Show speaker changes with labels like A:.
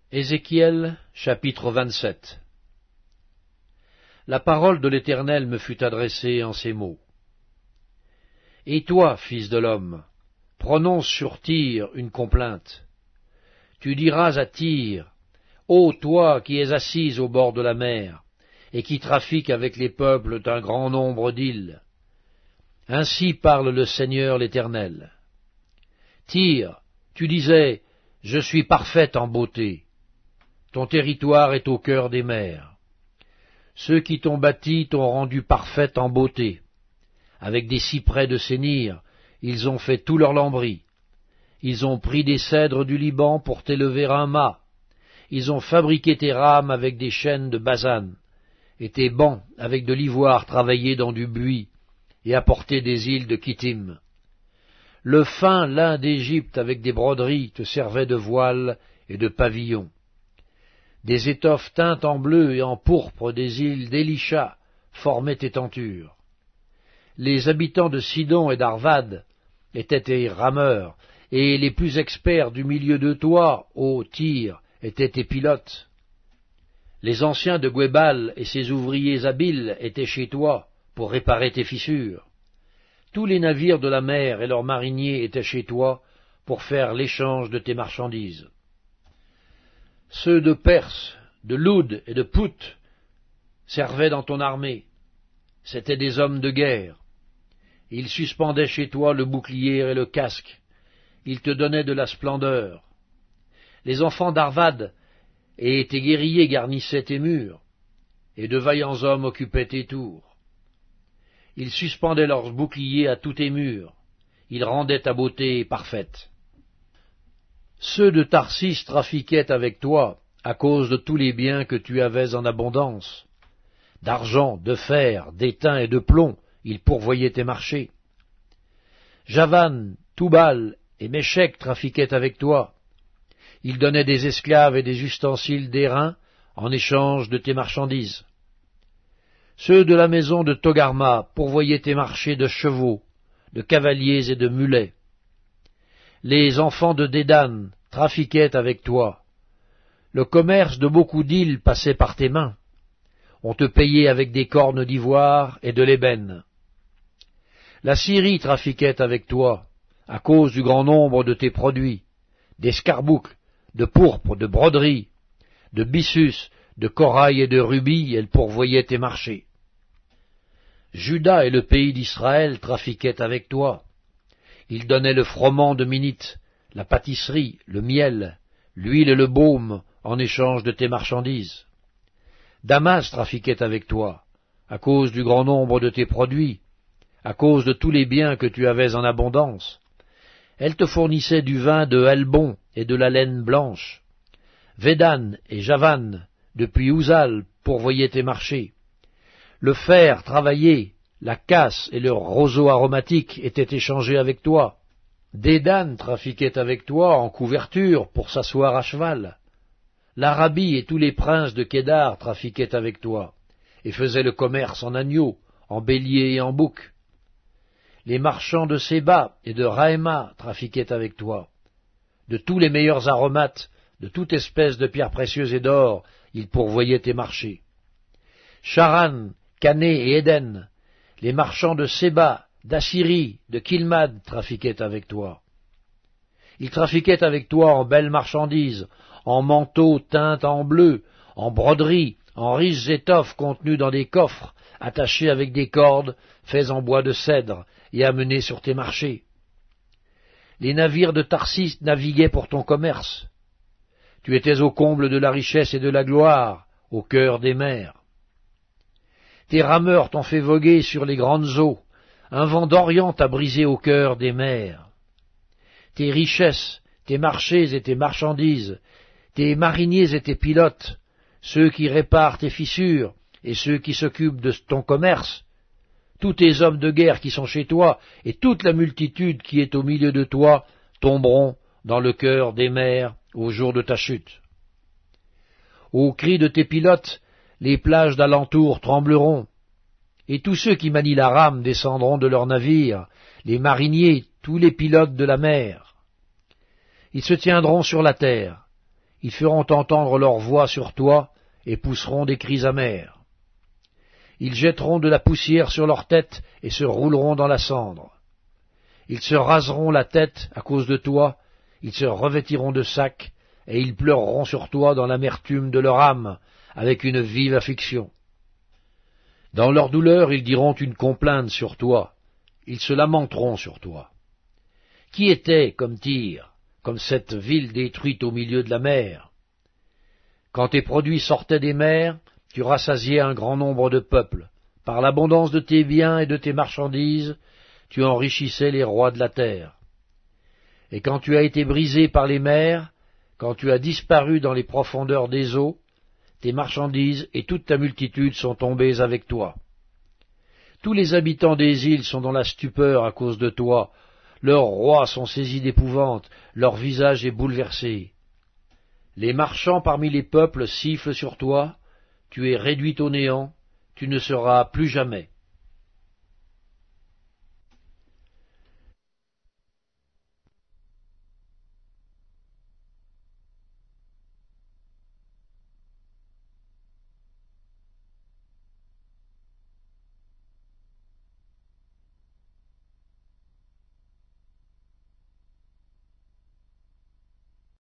A: Ézéchiel, chapitre 27. La parole de l'Éternel me fut adressée en ces mots. Et toi, fils de l'homme, prononce sur Tyr une complainte. Tu diras à Tyr, ô toi qui es assise au bord de la mer, et qui trafiques avec les peuples d'un grand nombre d'îles. Ainsi parle le Seigneur l'Éternel. Tyr, tu disais, je suis parfaite en beauté. Ton territoire est au cœur des mers. Ceux qui t'ont bâti t'ont rendu parfaite en beauté. Avec des cyprès de Sénir, ils ont fait tout leur lambris. Ils ont pris des cèdres du Liban pour t'élever un mât. Ils ont fabriqué tes rames avec des chênes de Basan, et tes bancs avec de l'ivoire travaillé dans du buis, et apporté des îles de Kittim. Le fin lin d'Égypte avec des broderies te servait de voile et de pavillon. Des étoffes teintes en bleu et en pourpre des îles d'Élisha formaient tes tentures. Les habitants de Sidon et d'Arvad étaient tes rameurs, et les plus experts du milieu de toi, ô Tyr, étaient tes pilotes. Les anciens de Guébal et ses ouvriers habiles étaient chez toi pour réparer tes fissures. Tous les navires de la mer et leurs mariniers étaient chez toi pour faire l'échange de tes marchandises. Ceux de Perse, de Loud et de Pout servaient dans ton armée. C'étaient des hommes de guerre. Ils suspendaient chez toi le bouclier et le casque. Ils te donnaient de la splendeur. Les enfants d'Arvad et tes guerriers garnissaient tes murs, et de vaillants hommes occupaient tes tours. Ils suspendaient leurs boucliers à tous tes murs. Ils rendaient ta beauté parfaite. Ceux de Tarsis trafiquaient avec toi à cause de tous les biens que tu avais en abondance. D'argent, de fer, d'étain et de plomb, ils pourvoyaient tes marchés. Javan, Toubal et Méchec trafiquaient avec toi. Ils donnaient des esclaves et des ustensiles d'airain en échange de tes marchandises. Ceux de la maison de Togarma pourvoyaient tes marchés de chevaux, de cavaliers et de mulets. Les enfants de Dédan trafiquaient avec toi. Le commerce de beaucoup d'îles passait par tes mains. On te payait avec des cornes d'ivoire et de l'ébène. La Syrie trafiquait avec toi, à cause du grand nombre de tes produits, d'escarboucles, de pourpre, de broderies, de byssus, de corail et de rubis, elle pourvoyait tes marchés. Juda et le pays d'Israël trafiquaient avec toi. Ils donnaient le froment de Minite, la pâtisserie, le miel, l'huile et le baume en échange de tes marchandises. Damas trafiquait avec toi, à cause du grand nombre de tes produits, à cause de tous les biens que tu avais en abondance. Elle te fournissait du vin de Helbon et de la laine blanche. Védan et Javan, depuis Ouzal, pourvoyaient tes marchés. Le fer travaillé, la casse et le roseau aromatique étaient échangés avec toi. Dédan trafiquait avec toi en couverture pour s'asseoir à cheval. L'Arabie et tous les princes de Kédar trafiquaient avec toi, et faisaient le commerce en agneaux, en béliers et en boucs. Les marchands de Séba et de Raéma trafiquaient avec toi. De tous les meilleurs aromates, de toute espèce de pierres précieuses et d'or, ils pourvoyaient tes marchés. Charan, Cané et Éden, les marchands de Séba, d'Assyrie, de Kilmad trafiquaient avec toi. Ils trafiquaient avec toi en belles marchandises, en manteaux teints en bleu, en broderies, en riches étoffes contenues dans des coffres, attachés avec des cordes, faits en bois de cèdre, et amenés sur tes marchés. Les navires de Tarsis naviguaient pour ton commerce. Tu étais au comble de la richesse et de la gloire, au cœur des mers. Tes rameurs t'ont fait voguer sur les grandes eaux, un vent d'Orient t'a brisé au cœur des mers. Tes richesses, tes marchés et tes marchandises, tes mariniers et tes pilotes, ceux qui réparent tes fissures et ceux qui s'occupent de ton commerce, tous tes hommes de guerre qui sont chez toi et toute la multitude qui est au milieu de toi tomberont dans le cœur des mers au jour de ta chute. Au cri de tes pilotes, les plages d'alentour trembleront, et tous ceux qui manient la rame descendront de leurs navires, les mariniers, tous les pilotes de la mer. Ils se tiendront sur la terre, ils feront entendre leur voix sur toi et pousseront des cris amers. Ils jetteront de la poussière sur leur tête et se rouleront dans la cendre. Ils se raseront la tête à cause de toi, ils se revêtiront de sacs, et ils pleureront sur toi dans l'amertume de leur âme, avec une vive affliction. Dans leur douleur, ils diront une complainte sur toi, ils se lamenteront sur toi. Qui était comme Tyr, comme cette ville détruite au milieu de la mer? Quand tes produits sortaient des mers, tu rassasiais un grand nombre de peuples. Par l'abondance de tes biens et de tes marchandises, tu enrichissais les rois de la terre. Et quand tu as été brisé par les mers, quand tu as disparu dans les profondeurs des eaux, tes marchandises et toute ta multitude sont tombées avec toi. Tous les habitants des îles sont dans la stupeur à cause de toi, leurs rois sont saisis d'épouvante, leur visage est bouleversé. Les marchands parmi les peuples sifflent sur toi, tu es réduit au néant, tu ne seras plus jamais.